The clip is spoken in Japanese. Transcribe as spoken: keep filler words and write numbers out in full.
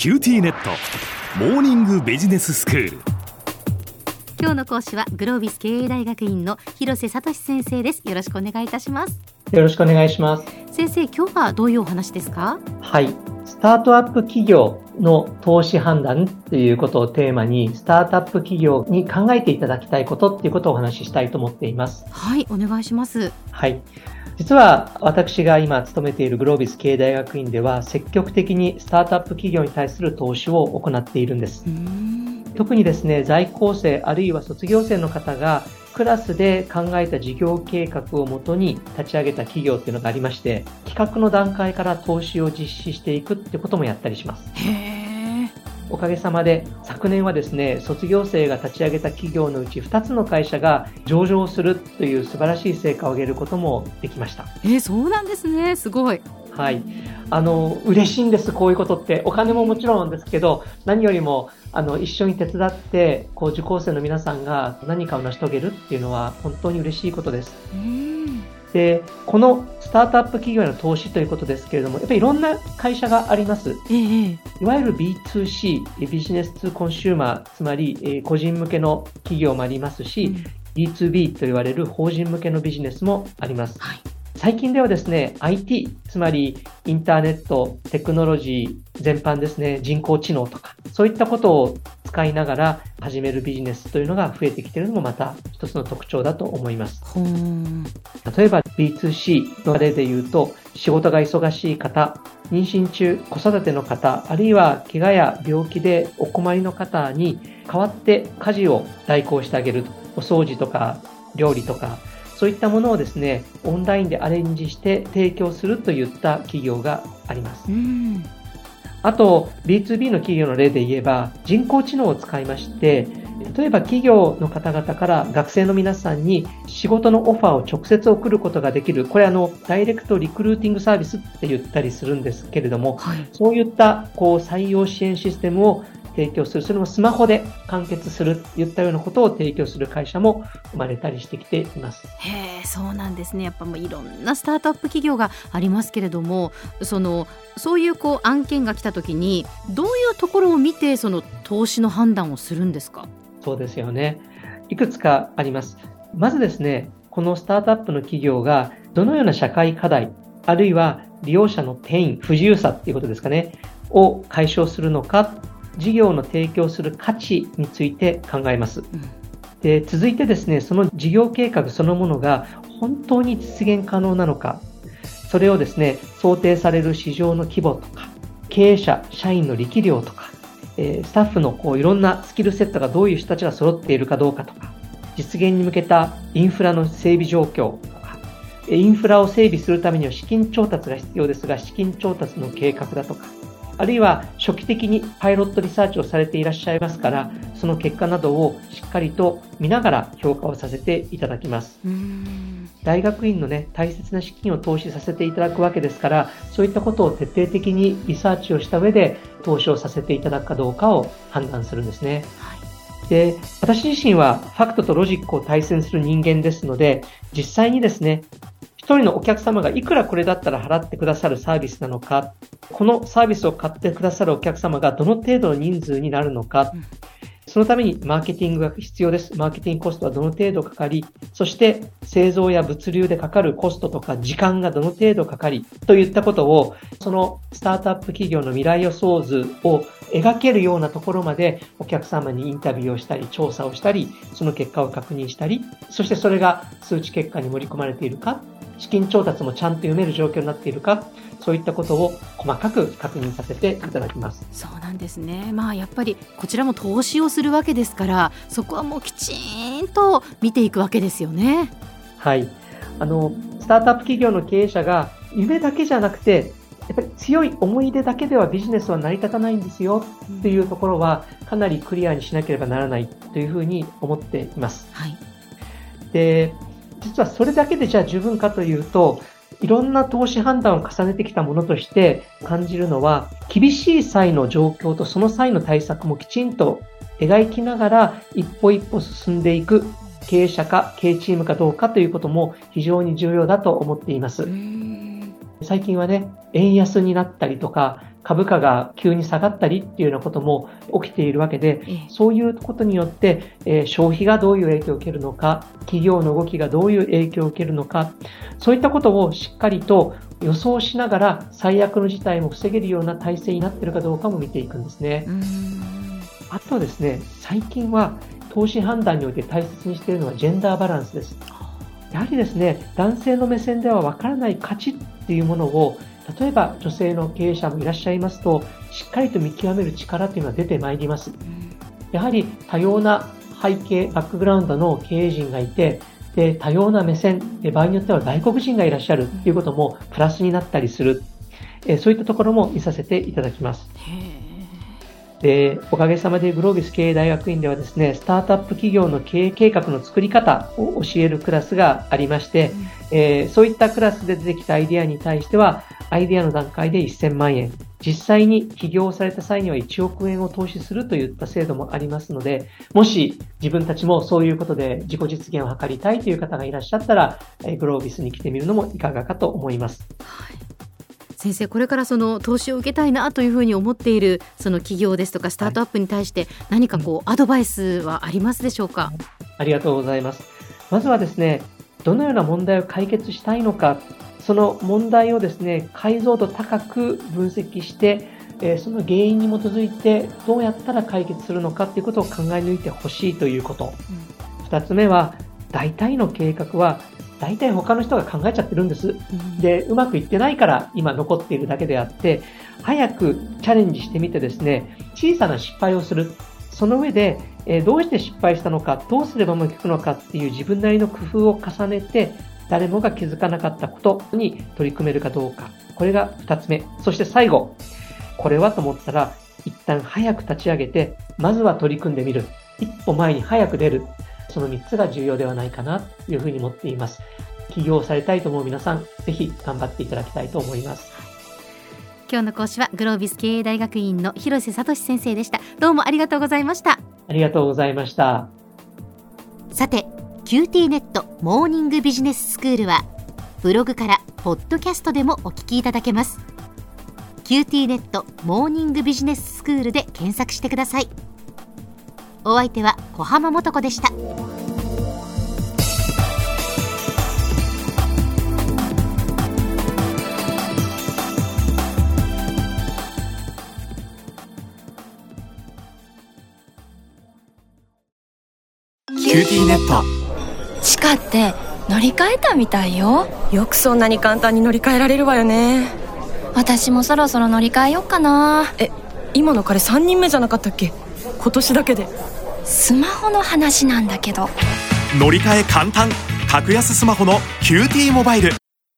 キューティーネットモーニングビジネススクール。 今日の講師はグロービス経営大学院の広瀬聡先生です。よろしくお願いいたします。 よろしくお願いします。 先生、今日はどういうお話ですか？ はい。スタートアップ企業の投資判断ということをテーマに、スタートアップ企業に考えていただきたいことっていうことをお話ししたいと思っています。 はい、お願いします。 はい。実は私が今勤めているグロービス経営大学院では、積極的にスタートアップ企業に対する投資を行っているんです。うーん特にですね、在校生あるいは卒業生の方がクラスで考えた事業計画をもとに立ち上げた企業っていうのがありまして、企画の段階から投資を実施していくってこともやったりします。 へー。 おかげさまで昨年はですね、卒業生が立ち上げた企業のうちふたつの会社が上場するという素晴らしい成果を上げることもできました。 えー、そうなんですね。すごい。 はい。あの、嬉しいんです。こういうことって。お金ももちろんですけど、何よりも、あの、一緒に手伝って、こう、受講生の皆さんが何かを成し遂げるっていうのは、本当に嬉しいことです。 うんで、このスタートアップ企業への投資ということですけれども、やっぱりいろんな会社があります。 ええ、 いわゆる ビーツーシー、ビジネスツーコンシューマー、つまり、えー個人向けの企業もありますし、 うん、 ビーツービー と言われる法人向けのビジネスもあります。 はい。 最近ではですね、アイティー、つまりインターネット、テクノロジー全般ですね、人工知能とか、そういったことを使いながら始めるビジネスというのが増えてきているのもまた一つの特徴だと思います。 ほーん。 例えば ビーツーシー の例で言うと、仕事が忙しい方、妊娠中、子育ての方、あるいは怪我や病気でお困りの方に代わって家事を代行してあげると、お掃除とか料理とか、そういったものをですね、オンラインでアレンジして提供するといった企業があります。 うんあと、ビーツービー の企業の例で言えば、人工知能を使いまして、例えば企業の方々から学生の皆さんに仕事のオファーを直接送ることができる。これあの、ダイレクトリクルーティングサービスって言ったりするんですけれども、 はい、 そういったこう採用支援システムを提供する。それもスマホで完結するといったようなことを提供する会社も生まれたりしてきています。 へー、そうなんですね。やっぱもういろんなスタートアップ企業がありますけれども、そのそういうこう案件が来た時にどういうところを見てその投資の判断をするんですか？ そうですよね。いくつかあります。まずですね、このスタートアップの企業がどのような社会課題、あるいは利用者のペイン、不自由さっていうことですかね、を解消するのか、事業の提供する価値について考えます。 うんで、続いてですね、その事業計画そのものが本当に実現可能なのか、それをですね、想定される市場の規模とか、経営者、社員の力量とか、えースタッフのこういろんなスキルセットがどういう人たちが揃っているかどうかとか、実現に向けたインフラの整備状況とか、インフラを整備するためには資金調達が必要ですが、資金調達の計画だとか、あるいは初期的にパイロットリサーチをされていらっしゃいますから、その結果などをしっかりと見ながら評価をさせていただきます。 うーん大学院のね、大切な資金を投資させていただくわけですから、そういったことを徹底的にリサーチをした上で投資をさせていただくかどうかを判断するんですね。 はい、 で、私自身はファクトとロジックを対戦する人間ですので、実際にですね、一人のお客様がいくらこれだったら払ってくださるサービスなのか、このサービスを買ってくださるお客様がどの程度の人数になるのか、 うんそのためにマーケティングが必要です。マーケティングコストはどの程度かかり、そして製造や物流でかかるコストとか時間がどの程度かかり、といったことを、そのスタートアップ企業の未来予想図を描けるようなところまでお客様にインタビューをしたり、調査をしたり、その結果を確認したり、そしてそれが数値結果に盛り込まれているか、資金調達もちゃんと読める状況になっているか、そういったことを細かく確認させていただきます。 そうなんですね。まあやっぱりこちらも投資をするわけですから、そこはもうきちんと見ていくわけですよね。 はい。あの、スタートアップ企業の経営者が夢だけじゃなくて、やっぱり強い思い出だけではビジネスは成り立たないんですよというところはかなりクリアにしなければならないというふうに思っています。 はい。 で、実はそれだけでじゃあ十分かというと、いろんな投資判断を重ねてきたものとして感じるのは、厳しい際の状況とその際の対策もきちんと描きながら一歩一歩進んでいく経営者か経営チームかどうかということも非常に重要だと思っています。最近はね、円安になったりとか、 株価が急に下がったりっていうようなことも起きているわけで、そういうことによって、えー、消費がどういう影響を受けるのか、企業の動きがどういう影響を受けるのか、そういったことをしっかりと予想しながら最悪の事態も防げるような体制になっているかどうかも見ていくんですね。あとはですね、最近は投資判断において大切にしているのはジェンダーバランスです。やはりですね、男性の目線ではわからない価値っていうものを、例えば女性の経営者もいらっしゃいますと、しっかりと見極める力というのは出てまいります。やはり多様な背景、バックグラウンドの経営陣がいて、で多様な目線、場合によっては外国人がいらっしゃるということもプラスになったりする、そういったところも見させていただきます。で、おかげさまでグロービス経営大学院ではですね、スタートアップ企業の経営計画の作り方を教えるクラスがありまして、うんえー、そういったクラスで出てきたアイデアに対しては、アイデアの段階でせんまんえん、実際に起業された際にはいちおくえんを投資するといった制度もありますので、もし自分たちもそういうことで自己実現を図りたいという方がいらっしゃったら、グロービスに来てみるのもいかがかと思います。 はい、先生、これからその投資を受けたいなというふうに思っているその企業ですとかスタートアップに対して何かこうアドバイスはありますでしょうか？ ありがとうございます。まずはですね、どのような問題を解決したいのか、その問題をですね、解像度高く分析して、えー、その原因に基づいてどうやったら解決するのかということを考え抜いてほしいということ。うん、ふたつめは、大体の計画は大体他の人が考えちゃってるんです。うん、で、うまくいってないから今残っているだけであって、早くチャレンジしてみてですね、小さな失敗をする。その上で、えー、どうして失敗したのか、どうすればうまくいくのかっていう自分なりの工夫を重ねて、誰もが気づかなかったことに取り組めるかどうか。これがふたつめ。そして最後、これはと思ったら、一旦早く立ち上げて、まずは取り組んでみる。一歩前に早く出る。そのみっつが重要ではないかなというふうに思っています。起業されたいと思う皆さん、ぜひ頑張っていただきたいと思います。 今日の講師はグロービス経営大学院の広瀬聡先生でした。どうもありがとうございました。 ありがとうございました。 さて、キューティーネットモーニングビジネススクールはブログからポッドキャストでもお聞きいただけます。キューティーネットモーニングビジネススクールで検索してください。お相手は小浜もとこでした。 キューティーネット。 地下って乗り換えたみたいよ。 よくそんなに簡単に乗り換えられるわよね。 私もそろそろ乗り換えよっかな。 え、今の彼さんにんめじゃなかったっけ？今年だけで。 スマホの話なんだけど。 乗り換え簡単、格安スマホの キューティー モバイル。